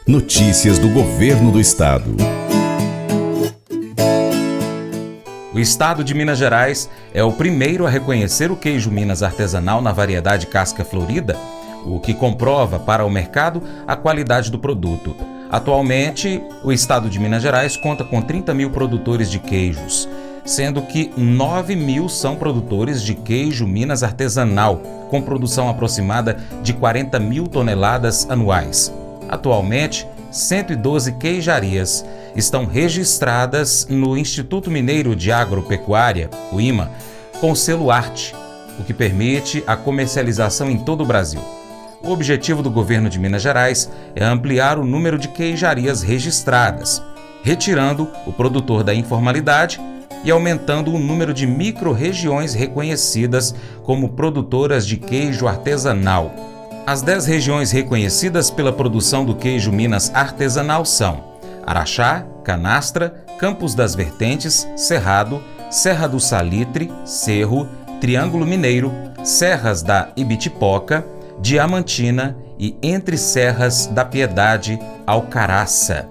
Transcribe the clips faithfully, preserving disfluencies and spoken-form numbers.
Notícias do Governo do Estado. O Estado de Minas Gerais é o primeiro a reconhecer o queijo Minas artesanal na variedade casca florida, o que comprova para o mercado a qualidade do produto. Atualmente, o Estado de Minas Gerais conta com trinta mil produtores de queijos, sendo que nove mil são produtores de queijo Minas artesanal, com produção aproximada de quarenta mil toneladas anuais. Atualmente, cento e doze queijarias estão registradas no Instituto Mineiro de Agropecuária, o I M A, com selo Arte, o que permite a comercialização em todo o Brasil. O objetivo do governo de Minas Gerais é ampliar o número de queijarias registradas, retirando o produtor da informalidade e aumentando o número de micro-regiões reconhecidas como produtoras de queijo artesanal. As dez regiões reconhecidas pela produção do queijo Minas artesanal são Araxá, Canastra, Campos das Vertentes, Cerrado, Serra do Salitre, Cerro, Triângulo Mineiro, Serras da Ibitipoca, Diamantina e Entre Serras da Piedade, Alcaraça.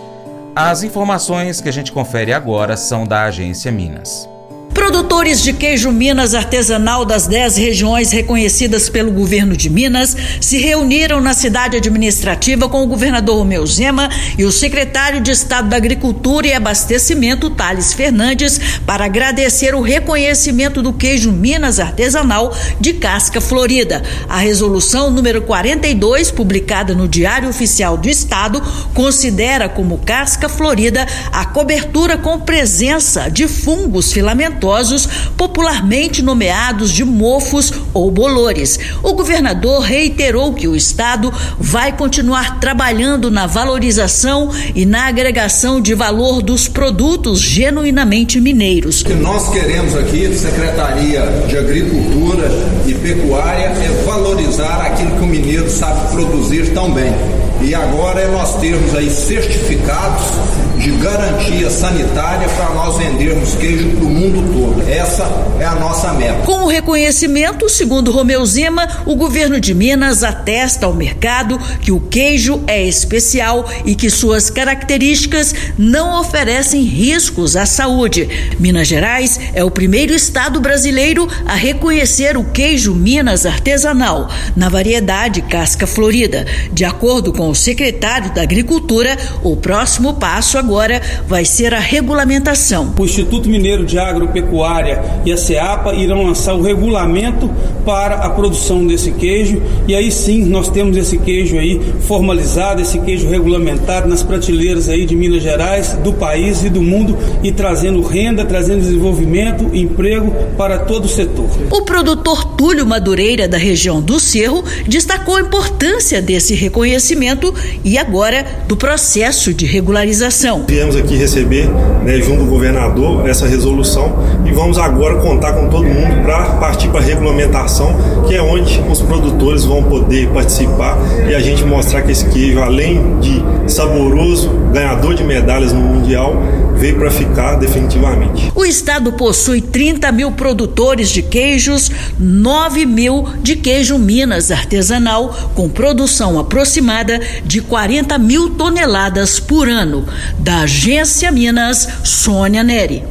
As informações que a gente confere agora são da Agência Minas. Produtores de queijo Minas artesanal das dez regiões reconhecidas pelo governo de Minas se reuniram na cidade administrativa com o governador Romeu Zema e o secretário de Estado da Agricultura e Abastecimento, Thales Fernandes, para agradecer o reconhecimento do queijo Minas artesanal de casca florida. A resolução número quarenta e dois, publicada no Diário Oficial do Estado, considera como casca florida a cobertura com presença de fungos filamentosos, popularmente nomeados de mofos ou bolores. O governador reiterou que o Estado vai continuar trabalhando na valorização e na agregação de valor dos produtos genuinamente mineiros. O que nós queremos aqui, Secretaria de Agricultura e Pecuária, é valorizar aquilo que o mineiro sabe produzir tão bem. E agora é nós termos aí certificados de garantia sanitária para nós vendermos queijo para o mundo todo. Essa é a nossa meta. Com o reconhecimento, segundo Romeu Zema, o governo de Minas atesta ao mercado que o queijo é especial e que suas características não oferecem riscos à saúde. Minas Gerais é o primeiro estado brasileiro a reconhecer o queijo Minas artesanal na variedade casca florida. De acordo com o secretário da Agricultura, o próximo passo agora vai ser a regulamentação. O Instituto Mineiro de Agropecuária e a SEAPA irão lançar o regulamento para a produção desse queijo e aí sim nós temos esse queijo aí formalizado, esse queijo regulamentado nas prateleiras aí de Minas Gerais, do país e do mundo e trazendo renda, trazendo desenvolvimento, emprego para todo o setor. O produtor Túlio Madureira, da região do Cerro, destacou a importância desse reconhecimento e agora do processo de regularização. Viemos aqui receber, né, junto do governador, essa resolução e vamos agora contar com todo mundo para partir para a regulamentação, que é onde os produtores vão poder participar e a gente mostrar que esse queijo, além de saboroso, ganhador de medalhas no Mundial, veio para ficar definitivamente. O estado possui trinta mil produtores de queijos, nove mil de queijo Minas artesanal, com produção aproximada de quarenta mil toneladas por ano. Da Agência Minas, Sônia Neri.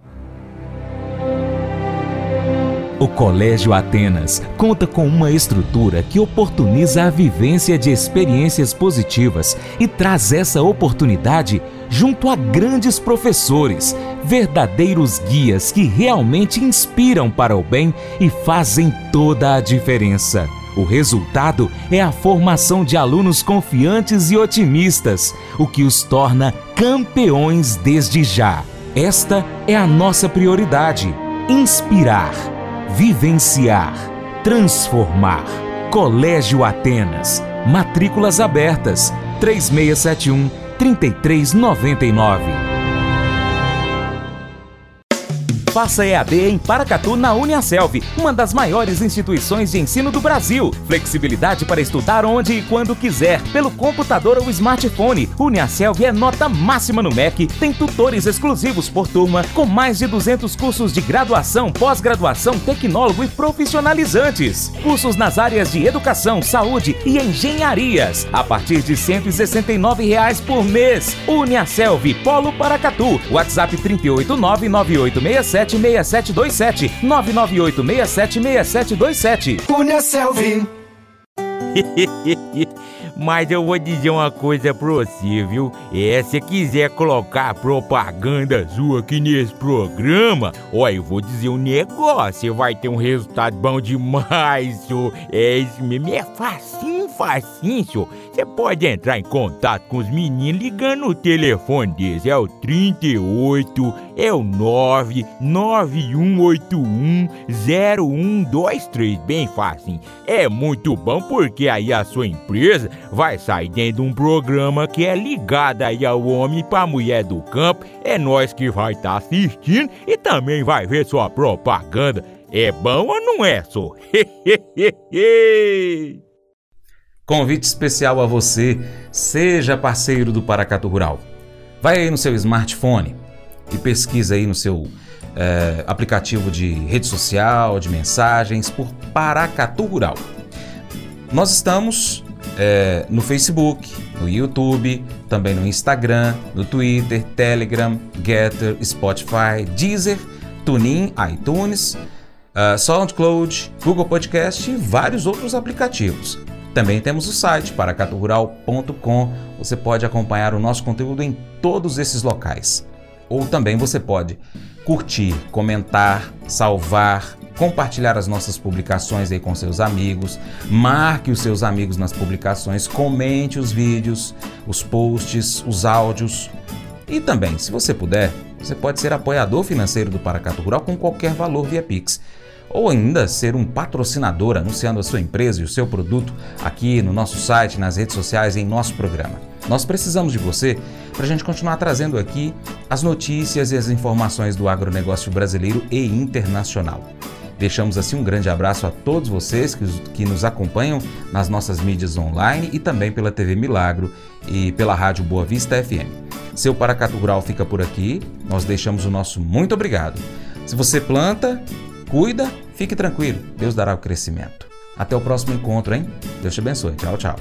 O Colégio Atenas conta com uma estrutura que oportuniza a vivência de experiências positivas e traz essa oportunidade junto a grandes professores, verdadeiros guias que realmente inspiram para o bem e fazem toda a diferença. O resultado é a formação de alunos confiantes e otimistas, o que os torna campeões desde já. Esta é a nossa prioridade: inspirar, vivenciar, transformar. Colégio Atenas. Matrículas abertas. três seis sete um, três três nove nove. Faça E A D em Paracatu na Uniaselv, uma das maiores instituições de ensino do Brasil. Flexibilidade para estudar onde e quando quiser, pelo computador ou smartphone. Uniaselv é nota máxima no M E C, tem tutores exclusivos por turma, com mais de duzentos cursos de graduação, pós-graduação, tecnólogo e profissionalizantes. Cursos nas áreas de educação, saúde e engenharias, a partir de cento e sessenta e nove reais por mês. Uniaselv, Polo Paracatu. WhatsApp trinta e oito, nove nove oito seis sete seis sete dois sete, nove nove oito seis sete seis sete dois sete. Uniaselv. Mas eu vou dizer uma coisa pra você, viu? É, se quiser colocar propaganda sua aqui nesse programa, ó, eu vou dizer um negócio, você vai ter um resultado bom demais, senhor. É isso mesmo, é facinho, facinho, senhor. Você pode entrar em contato com os meninos ligando o telefone deles, é o trinta e oito, é o nove nove um oito um zero um dois três, bem facinho. É muito bom porque aí a sua empresa vai sair dentro de um programa que é ligado aí ao homem pra mulher do campo. É nós que vai estar tá assistindo e também vai ver sua propaganda. É bom ou não é, só? Convite especial a você, seja parceiro do Paracatu Rural. Vai aí no seu smartphone e pesquisa aí no seu é, aplicativo de rede social, de mensagens, por Paracatu Rural. Nós estamos é, no Facebook, no YouTube, também no Instagram, no Twitter, Telegram, Getter, Spotify, Deezer, TuneIn, iTunes, uh, SoundCloud, Google Podcast e vários outros aplicativos. Também temos o site paracatu rural ponto com. Você pode acompanhar o nosso conteúdo em todos esses locais. Ou também você pode curtir, comentar, salvar, compartilhar as nossas publicações aí com seus amigos, marque os seus amigos nas publicações, comente os vídeos, os posts, os áudios. E também, se você puder, você pode ser apoiador financeiro do Paracatu Rural com qualquer valor via Pix. Ou ainda ser um patrocinador anunciando a sua empresa e o seu produto aqui no nosso site, nas redes sociais e em nosso programa. Nós precisamos de você para a gente continuar trazendo aqui as notícias e as informações do agronegócio brasileiro e internacional. Deixamos assim um grande abraço a todos vocês que, que nos acompanham nas nossas mídias online e também pela T V Milagro e pela Rádio Boa Vista F M. Seu Paracatu Rural fica por aqui, nós deixamos o nosso muito obrigado. Se você planta, cuida, fique tranquilo, Deus dará o crescimento. Até o próximo encontro, hein? Deus te abençoe. Tchau, tchau.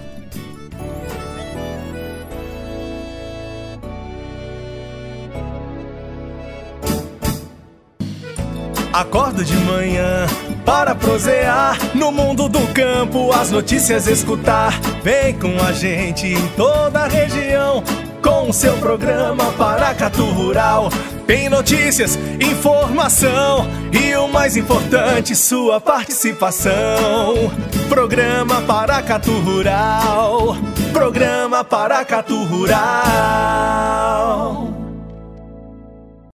Acordo de manhã para prosear no mundo do campo, as notícias escutar. Vem com a gente em toda a região com o seu programa Paracatu Rural. Tem notícias, informação e o mais importante, sua participação. Programa Paracatu Rural. Programa Paracatu Rural.